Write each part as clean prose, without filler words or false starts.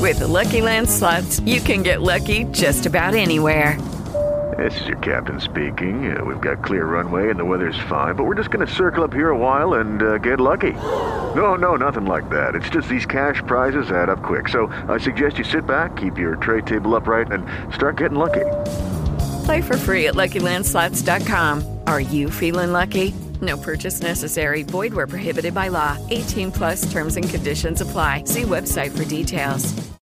With the Lucky Land Slots, you can get lucky just about anywhere. This is your captain speaking. We've got clear runway and the weather's fine, but we're just going to circle up here a while and get lucky. No, nothing like that. It's just these cash prizes add up quick. So I suggest you sit back, keep your tray table upright, and start getting lucky. Play for free at LuckyLandSlots.com. Are you feeling lucky? No purchase necessary. Void where prohibited by law. 18 plus terms and conditions apply. See website for details.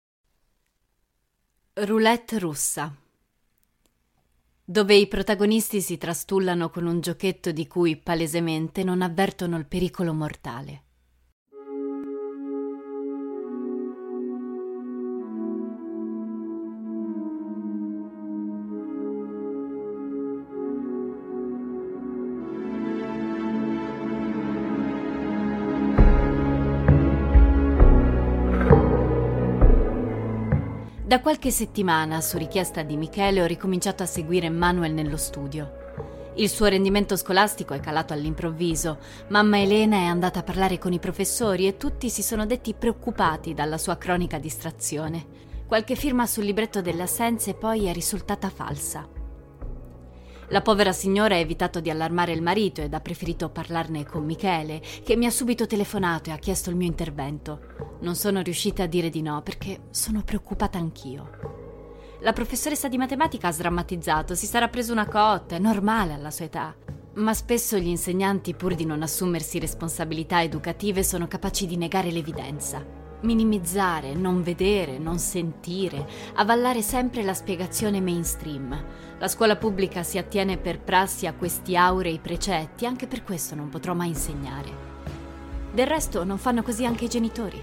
Roulette russa, dove i protagonisti si trastullano con un giochetto di cui palesemente non avvertono il pericolo mortale. Da qualche settimana, su richiesta di Michele, ho ricominciato a seguire Manuel nello studio. Il suo rendimento scolastico è calato all'improvviso. Mamma Elena è andata a parlare con i professori e tutti si sono detti preoccupati dalla sua cronica distrazione. Qualche firma sul libretto delle assenze poi è risultata falsa. La povera signora ha evitato di allarmare il marito ed ha preferito parlarne con Michele, che mi ha subito telefonato e ha chiesto il mio intervento. Non sono riuscita a dire di no perché sono preoccupata anch'io. La professoressa di matematica ha sdrammatizzato, si sarà preso una cotta, è normale alla sua età. Ma spesso gli insegnanti, pur di non assumersi responsabilità educative, sono capaci di negare l'evidenza. Minimizzare, non vedere, non sentire, avallare sempre la spiegazione mainstream. La scuola pubblica si attiene per prassi a questi aurei precetti, anche per questo non potrò mai insegnare. Del resto non fanno così anche i genitori.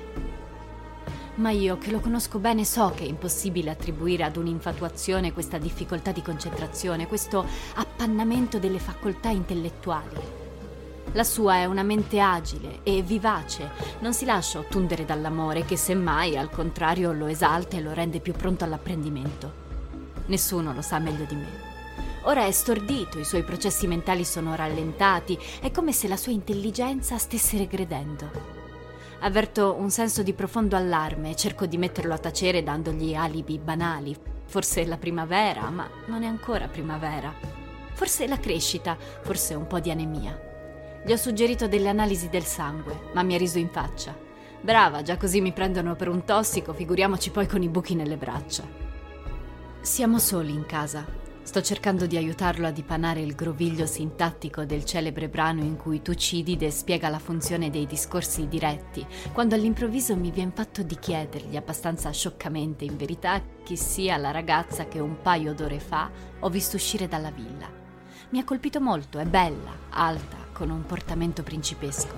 Ma io, che lo conosco bene, so che è impossibile attribuire ad un'infatuazione questa difficoltà di concentrazione, questo appannamento delle facoltà intellettuali. La sua è una mente agile e vivace, non si lascia ottundere dall'amore che semmai al contrario lo esalta e lo rende più pronto all'apprendimento. Nessuno lo sa meglio di me. Ora è stordito, i suoi processi mentali sono rallentati, è come se la sua intelligenza stesse regredendo. Avverto un senso di profondo allarme e cerco di metterlo a tacere dandogli alibi banali. Forse è la primavera, ma non è ancora primavera. Forse è la crescita, forse un po' di anemia. Gli ho suggerito delle analisi del sangue, ma mi ha riso in faccia. Brava, già così mi prendono per un tossico, figuriamoci poi con i buchi nelle braccia. Siamo soli in casa. Sto cercando di aiutarlo a dipanare il groviglio sintattico del celebre brano in cui Tucidide spiega la funzione dei discorsi diretti, quando all'improvviso mi vien fatto di chiedergli, abbastanza scioccamente in verità, chi sia la ragazza che un paio d'ore fa ho visto uscire dalla villa. Mi ha colpito molto, è bella, alta, con un portamento principesco.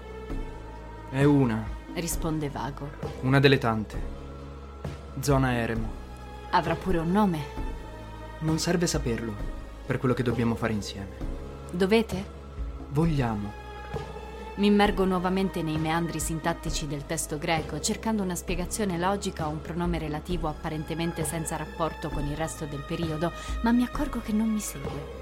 È una, risponde vago. una delle tante. Zona Eremo. Avrà pure un nome? Non serve saperlo, per quello che dobbiamo fare insieme. Dovete? Vogliamo. Mi immergo nuovamente nei meandri sintattici del testo greco, cercando una spiegazione logica a un pronome relativo apparentemente senza rapporto con il resto del periodo, ma mi accorgo che non mi segue.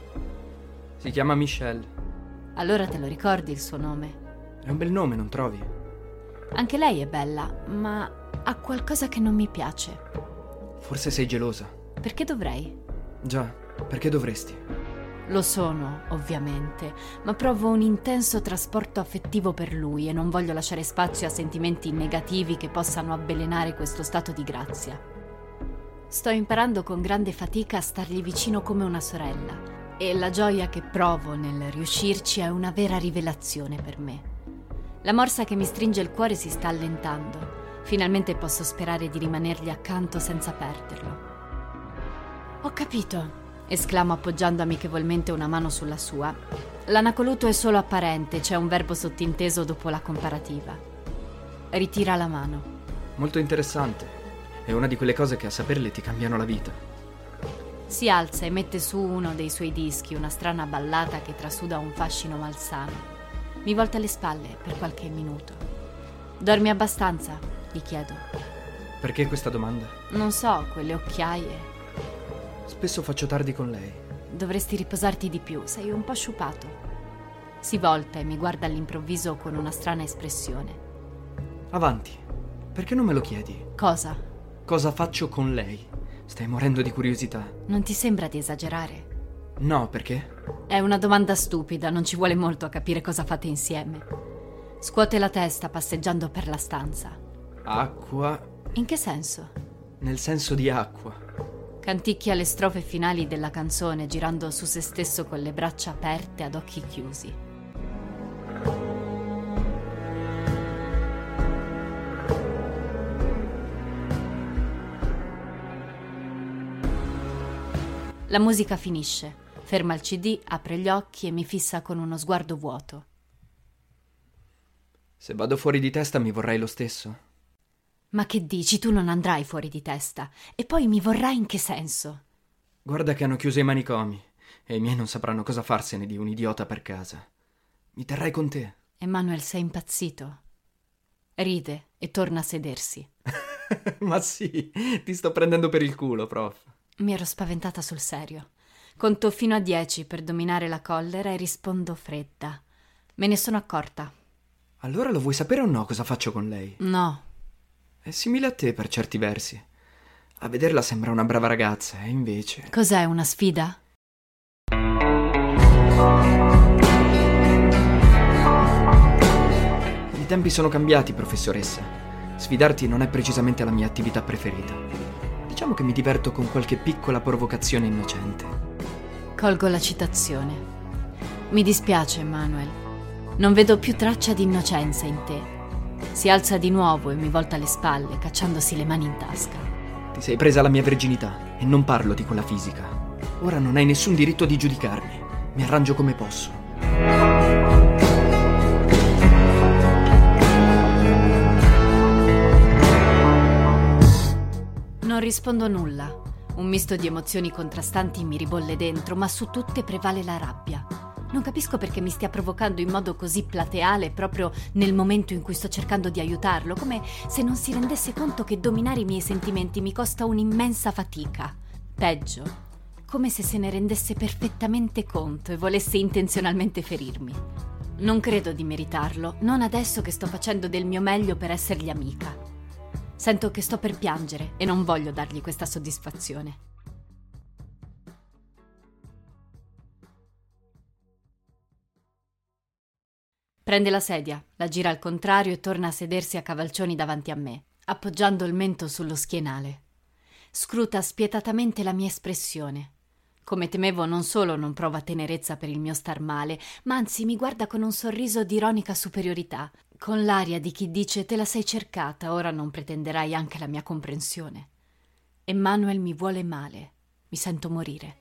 Si chiama Michelle. Allora te lo ricordi il suo nome? È un bel nome, non trovi? Anche lei è bella, ma ha qualcosa che non mi piace. Forse sei gelosa. Perché dovrei? Già, perché dovresti? Lo sono, ovviamente, ma provo un intenso trasporto affettivo per lui e non voglio lasciare spazio a sentimenti negativi che possano avvelenare questo stato di grazia. Sto imparando con grande fatica a stargli vicino come una sorella. E la gioia che provo nel riuscirci è una vera rivelazione per me. La morsa che mi stringe il cuore si sta allentando. Finalmente posso sperare di rimanergli accanto senza perderlo. Ho capito, esclamo appoggiando amichevolmente una mano sulla sua. L'anacoluto è solo apparente, c'è un verbo sottinteso dopo la comparativa. Ritira la mano. Molto interessante. È una di quelle cose che a saperle ti cambiano la vita. Si alza e mette su uno dei suoi dischi, una strana ballata che trasuda un fascino malsano. Mi volta le spalle per qualche minuto. Dormi abbastanza? Gli chiedo. Perché questa domanda? Non so, quelle occhiaie. Spesso faccio tardi con lei. Dovresti riposarti di più, sei un po' sciupato. Si volta e mi guarda all'improvviso con una strana espressione. Avanti. Perché non me lo chiedi? Cosa? Cosa faccio con lei? Stai morendo di curiosità. Non ti sembra di esagerare? No, perché? È una domanda stupida, non ci vuole molto a capire cosa fate insieme. Scuote la testa passeggiando per la stanza. Acqua. In che senso? Nel senso di acqua. Canticchia le strofe finali della canzone girando su se stesso con le braccia aperte ad occhi chiusi. La musica finisce, ferma il CD, apre gli occhi e mi fissa con uno sguardo vuoto. Se vado fuori di testa mi vorrai lo stesso? Ma che dici? Tu non andrai fuori di testa. E poi mi vorrai in che senso? Guarda che hanno chiuso i manicomi e i miei non sapranno cosa farsene di un idiota per casa. Mi terrai con te. Emanuel, sei impazzito. Ride e torna a sedersi. Ma sì, ti sto prendendo per il culo, prof. Mi ero spaventata sul serio. Conto fino a 10 per dominare la collera e rispondo fredda. Me ne sono accorta. Allora lo vuoi sapere o no cosa faccio con lei? No. È simile a te per certi versi. A vederla sembra una brava ragazza, e invece... Cos'è, una sfida? I tempi sono cambiati, professoressa. Sfidarti non è precisamente la mia attività preferita. Diciamo che mi diverto con qualche piccola provocazione innocente. Colgo la citazione. Mi dispiace, Emanuel. Non vedo più traccia di innocenza in te. Si alza di nuovo e mi volta le spalle, cacciandosi le mani in tasca. Ti sei presa la mia verginità e non parlo di quella fisica. Ora non hai nessun diritto di giudicarmi. Mi arrangio come posso. Non rispondo nulla. Un misto di emozioni contrastanti mi ribolle dentro, ma su tutte prevale la rabbia. Non capisco perché mi stia provocando in modo così plateale proprio nel momento in cui sto cercando di aiutarlo, come se non si rendesse conto che dominare i miei sentimenti mi costa un'immensa fatica. Peggio, come se ne rendesse perfettamente conto e volesse intenzionalmente ferirmi. Non credo di meritarlo, non adesso che sto facendo del mio meglio per essergli amica. Sento che sto per piangere e non voglio dargli questa soddisfazione. Prende la sedia, la gira al contrario e torna a sedersi a cavalcioni davanti a me, appoggiando il mento sullo schienale. Scruta spietatamente la mia espressione. Come temevo, non solo non prova tenerezza per il mio star male, ma anzi mi guarda con un sorriso di ironica superiorità, con l'aria di chi dice te la sei cercata, ora non pretenderai anche la mia comprensione. Emanuel mi vuole male, mi sento morire.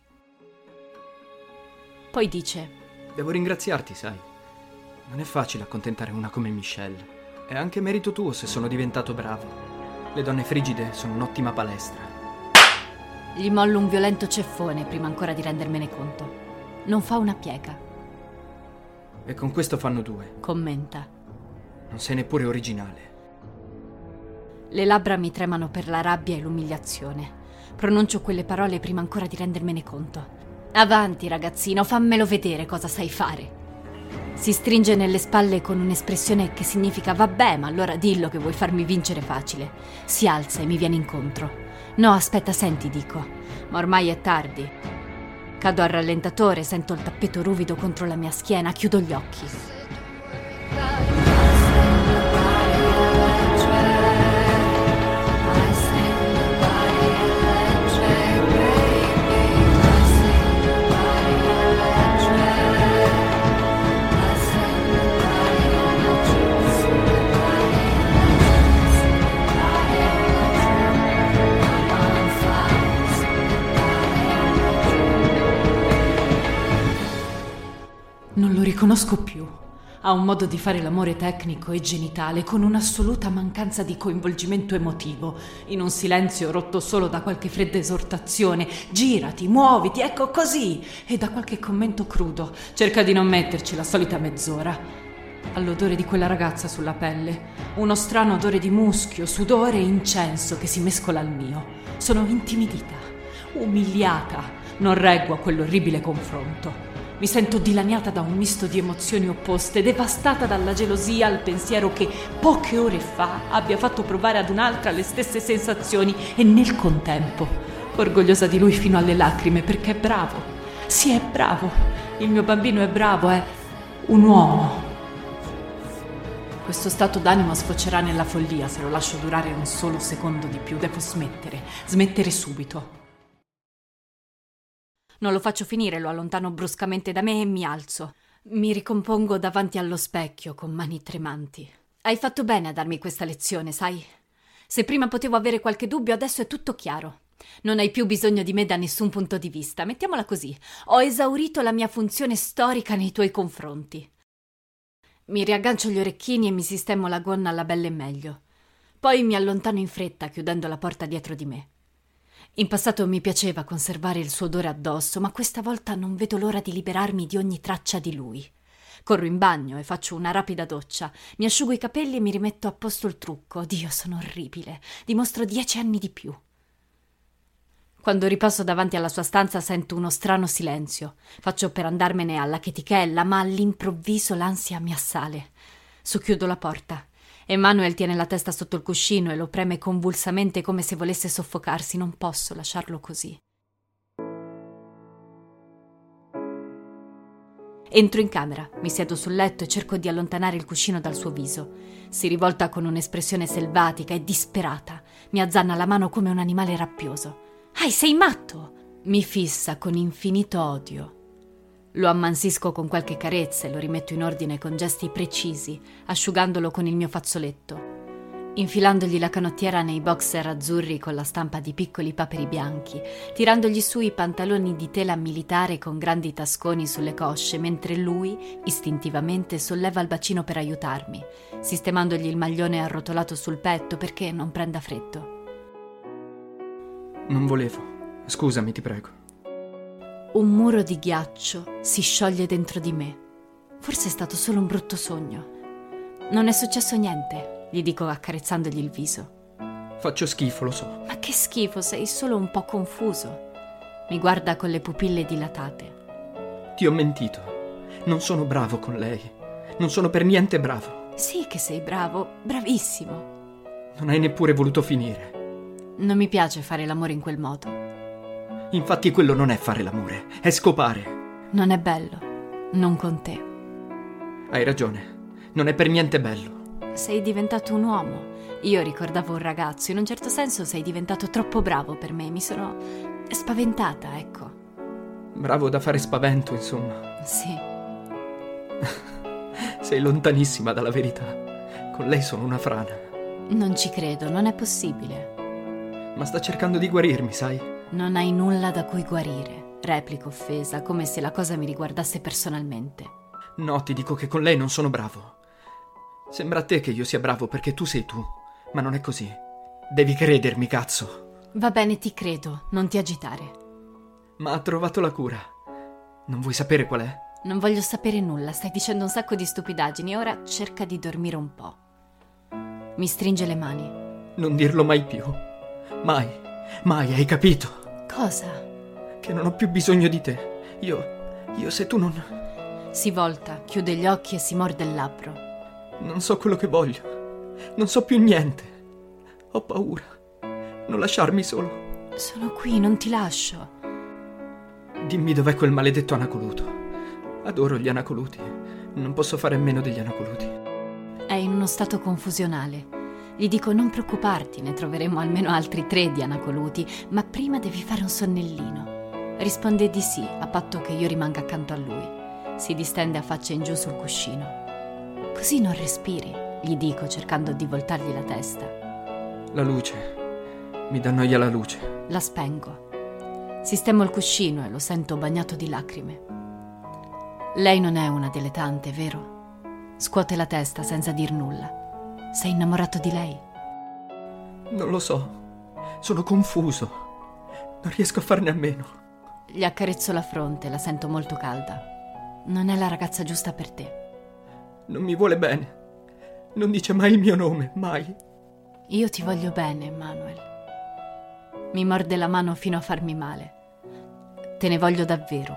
Poi dice: devo ringraziarti, sai. Non è facile accontentare una come Michelle. È anche merito tuo se sono diventato bravo. Le donne frigide sono un'ottima palestra. Gli mollo un violento ceffone prima ancora di rendermene conto. Non fa una piega. E con questo fanno 2. Commenta. Non sei neppure originale. Le labbra mi tremano per la rabbia e l'umiliazione. Pronuncio quelle parole prima ancora di rendermene conto. Avanti, ragazzino, fammelo vedere cosa sai fare. Si stringe nelle spalle con un'espressione che significa vabbè, ma allora dillo che vuoi farmi vincere facile. Si alza e mi viene incontro. No, aspetta, senti, dico. Ma ormai è tardi. Cado al rallentatore, sento il tappeto ruvido contro la mia schiena, chiudo gli occhi. Non lo riconosco più. Ha un modo di fare l'amore tecnico e genitale con un'assoluta mancanza di coinvolgimento emotivo, in un silenzio rotto solo da qualche fredda esortazione. Girati, muoviti, ecco così! E da qualche commento crudo. Cerca di non metterci la solita mezz'ora. All'odore di quella ragazza sulla pelle. Uno strano odore di muschio, sudore e incenso che si mescola al mio. Sono intimidita, umiliata. Non reggo a quell'orribile confronto. Mi sento dilaniata da un misto di emozioni opposte, devastata dalla gelosia al pensiero che poche ore fa abbia fatto provare ad un'altra le stesse sensazioni e nel contempo orgogliosa di lui fino alle lacrime perché è bravo. Sì, è bravo. Il mio bambino è bravo, è un uomo. Questo stato d'animo sfocerà nella follia se lo lascio durare un solo secondo di più. Devo smettere subito. Non lo faccio finire, lo allontano bruscamente da me e mi alzo. Mi ricompongo davanti allo specchio con mani tremanti. Hai fatto bene a darmi questa lezione, sai? Se prima potevo avere qualche dubbio, adesso è tutto chiaro. Non hai più bisogno di me da nessun punto di vista. Mettiamola così. Ho esaurito la mia funzione storica nei tuoi confronti. Mi riaggancio gli orecchini e mi sistemo la gonna alla belle e meglio. Poi mi allontano in fretta, chiudendo la porta dietro di me. In passato mi piaceva conservare il suo odore addosso, ma questa volta non vedo l'ora di liberarmi di ogni traccia di lui. Corro in bagno e faccio una rapida doccia. Mi asciugo i capelli e mi rimetto a posto il trucco. Dio, sono orribile. Dimostro 10 anni di più. Quando ripasso davanti alla sua stanza sento uno strano silenzio. Faccio per andarmene alla chetichella, ma all'improvviso l'ansia mi assale. Socchiudo la porta. Emanuel tiene la testa sotto il cuscino e lo preme convulsamente come se volesse soffocarsi. Non posso lasciarlo così. Entro in camera, mi siedo sul letto e cerco di allontanare il cuscino dal suo viso. Si rivolta con un'espressione selvatica e disperata. Mi azzanna la mano come un animale rabbioso. Sei matto! Mi fissa con infinito odio. Lo ammansisco con qualche carezza e lo rimetto in ordine con gesti precisi, asciugandolo con il mio fazzoletto. Infilandogli la canottiera nei boxer azzurri con la stampa di piccoli paperi bianchi, tirandogli su i pantaloni di tela militare con grandi tasconi sulle cosce, mentre lui, istintivamente, solleva il bacino per aiutarmi, sistemandogli il maglione arrotolato sul petto perché non prenda freddo. Non volevo. Scusami, ti prego. Un muro di ghiaccio si scioglie dentro di me. Forse è stato solo un brutto sogno. Non è successo niente, gli dico accarezzandogli il viso. Faccio schifo, lo so. Ma che schifo, sei solo un po' confuso. Mi guarda con le pupille dilatate. Ti ho mentito. Non sono bravo con lei. Non sono per niente bravo. Sì che sei bravo, bravissimo. Non hai neppure voluto finire. Non mi piace fare l'amore in quel modo. Infatti quello non è fare l'amore, è scopare. Non è bello, non con te. Hai ragione, non è per niente bello. Sei diventato un uomo. Io ricordavo un ragazzo, in un certo senso sei diventato troppo bravo per me. Mi sono spaventata, ecco. Bravo da fare spavento, insomma. Sì. Sei lontanissima dalla verità. Con lei sono una frana. Non ci credo, non è possibile. Ma sta cercando di guarirmi, sai? Non hai nulla da cui guarire, replico offesa, come se la cosa mi riguardasse personalmente. No, ti dico che con lei non sono bravo. Sembra a te che io sia bravo perché tu sei tu, ma non è così. Devi credermi, cazzo. Va bene, ti credo, non ti agitare. Ma ha trovato la cura. Non vuoi sapere qual è? Non voglio sapere nulla, stai dicendo un sacco di stupidaggini, ora cerca di dormire un po'. Mi stringe le mani. Non dirlo mai più. Mai, hai capito? Cosa? Che non ho più bisogno di te. Io se tu non... Si volta, chiude gli occhi e si morde il labbro. Non so quello che voglio. Non so più niente. Ho paura. Non lasciarmi solo. Sono qui, non ti lascio. Dimmi dov'è quel maledetto anacoluto. Adoro gli anacoluti. Non posso fare a meno degli anacoluti. È in uno stato confusionale. Gli dico non preoccuparti, ne troveremo almeno altri 3 di anacoluti, ma prima devi fare un sonnellino. Risponde di sì, a patto che io rimanga accanto a lui. Si distende a faccia in giù sul cuscino. Così non respiri, gli dico cercando di voltargli la testa. La luce. Mi dà noia la luce. La spengo. Sistemo il cuscino e lo sento bagnato di lacrime. Lei non è una delle tante, vero? Scuote la testa senza dir nulla. Sei innamorato di lei? Non lo so. Sono confuso. Non riesco a farne a meno. Gli accarezzo la fronte, la sento molto calda. Non è la ragazza giusta per te. Non mi vuole bene. Non dice mai il mio nome, mai. Io ti voglio bene, Emanuel. Mi morde la mano fino a farmi male. Te ne voglio davvero.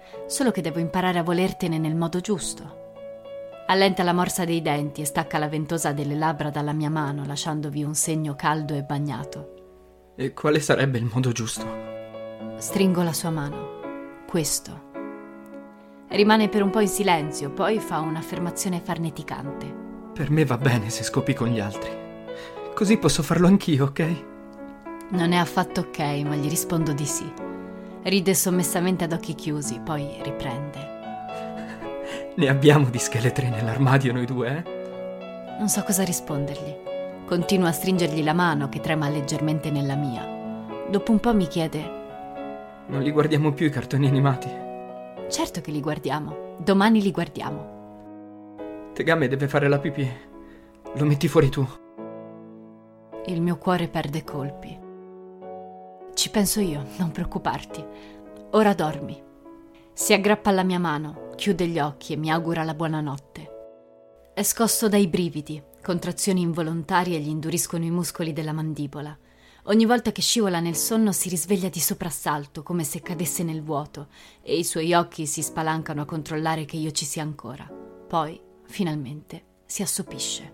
solo che devo imparare a volertene nel modo giusto. Allenta la morsa dei denti e stacca la ventosa delle labbra dalla mia mano, lasciandovi un segno caldo e bagnato. E quale sarebbe il modo giusto? Stringo la sua mano. Questo. Rimane per un po' in silenzio, poi fa un'affermazione farneticante. Per me va bene se scopi con gli altri. Così posso farlo anch'io, ok? Non è affatto ok, ma gli rispondo di sì. Ride sommessamente ad occhi chiusi, poi riprende. Ne abbiamo di scheletri nell'armadio noi due, eh? Non so cosa rispondergli. Continuo a stringergli la mano che trema leggermente nella mia. Dopo un po' mi chiede: Non li guardiamo più i cartoni animati? Certo che li guardiamo. Domani li guardiamo. Tegame deve fare la pipì. Lo metti fuori tu. Il mio cuore perde colpi. Ci penso io, non preoccuparti. Ora dormi. Si aggrappa alla mia mano, chiude gli occhi e mi augura la buonanotte. È scosso dai brividi, contrazioni involontarie gli induriscono i muscoli della mandibola. Ogni volta che scivola nel sonno si risveglia di soprassalto, come se cadesse nel vuoto, e i suoi occhi si spalancano a controllare che io ci sia ancora. Poi, finalmente, si assopisce.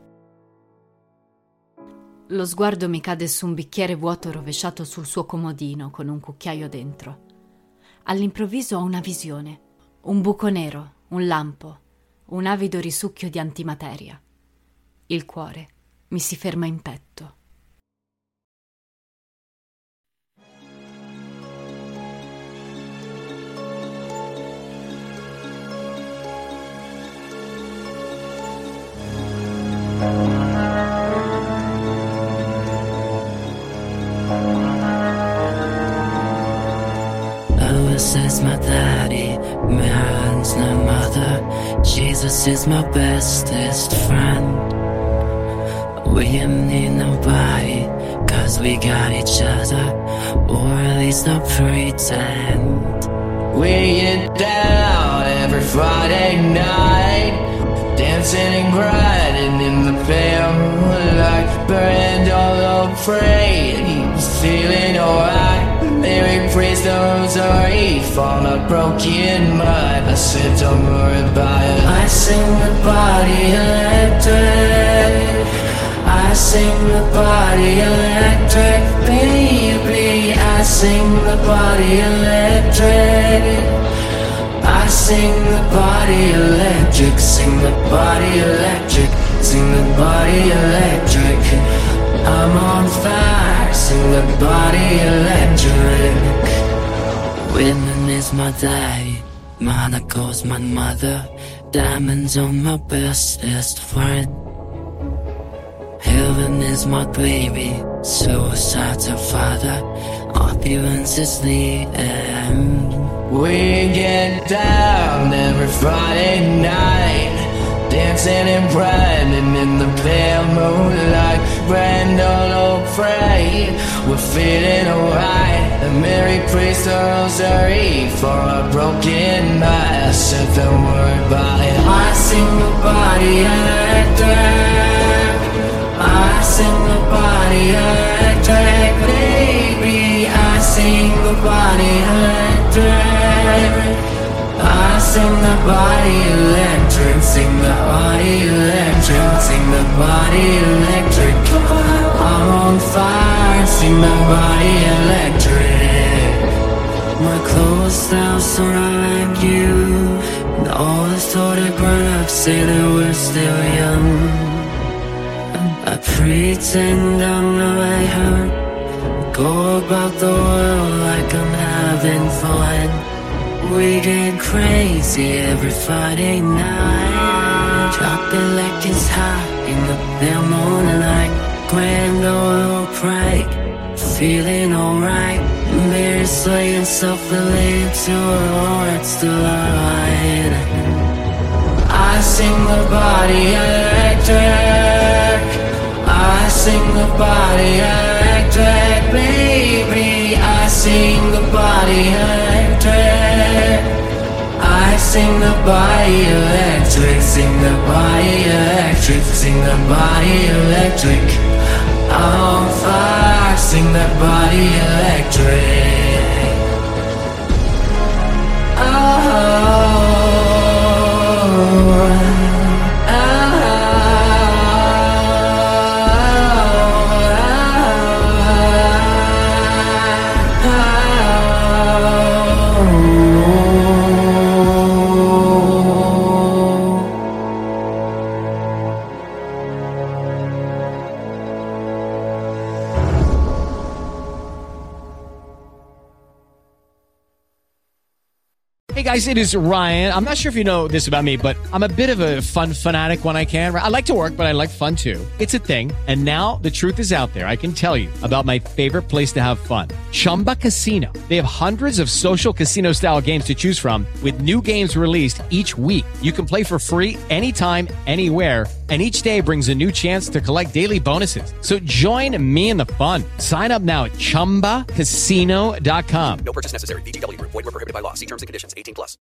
Lo sguardo mi cade su un bicchiere vuoto rovesciato sul suo comodino con un cucchiaio dentro. All'improvviso ho una visione, un buco nero, un lampo, un avido risucchio di antimateria. Il cuore mi si ferma in petto. Elvis is my daddy, Maryland's my mother. Jesus is my bestest friend. We ain't need nobody, cause we got each other, or at least not pretend. We get down every Friday night, dancing and grinding in the pale moonlight. Brando prayed, he was feeling alright. Mary praised the rosary for a broken mind. I said don't worry about it. I sing the body electric, I sing the body electric, baby. I sing the body electric, I sing the body electric, sing the body electric, sing the body electric. I'm on fire, sing the body electric. Women is my daddy, Monaco's my mother, diamonds on my bestest friend. Heaven is my baby, suicide's her father, opulence is the end. We get down every Friday night, dancing and grinding in the pale moonlight. Brando pray, we're feeling alright. And Mary prays the rosary for a broken mind. I said don't worry about it. I sing the body electric, I sing the body electric, baby. I sing the body electric, I sing the body electric, sing the body electric, sing the body electric. I'm on fire, sing the body electric. My clothes now surround like you, and all the sort of grown-ups say that we're still young. I pretend I'm the right hurt, go about the world like I'm having fun. We get crazy every Friday night, drop it like it's hot in the pale moonlight. Grand Ole Opry, feeling alright. Mary slaying self-related to her heart's delight. I sing the body electric, I sing the body electric, baby. I sing the body electric, I sing the body electric, sing the body electric, sing the body electric. I'm on fire, sing that body electric. Oh. guys, it is Ryan. I'm not sure if you know this about me, but I'm a bit of a fun fanatic when I can. I like to work, but I like fun too. It's a thing. And now the truth is out there. I can tell you about my favorite place to have fun. Chumba Casino. They have hundreds of social casino style games to choose from with new games released each week. You can play for free anytime, anywhere. And each day brings a new chance to collect daily bonuses. So join me in the fun. Sign up now at ChumbaCasino.com. No purchase necessary. VGW Group. Void where prohibited by law. See terms and conditions. 18+.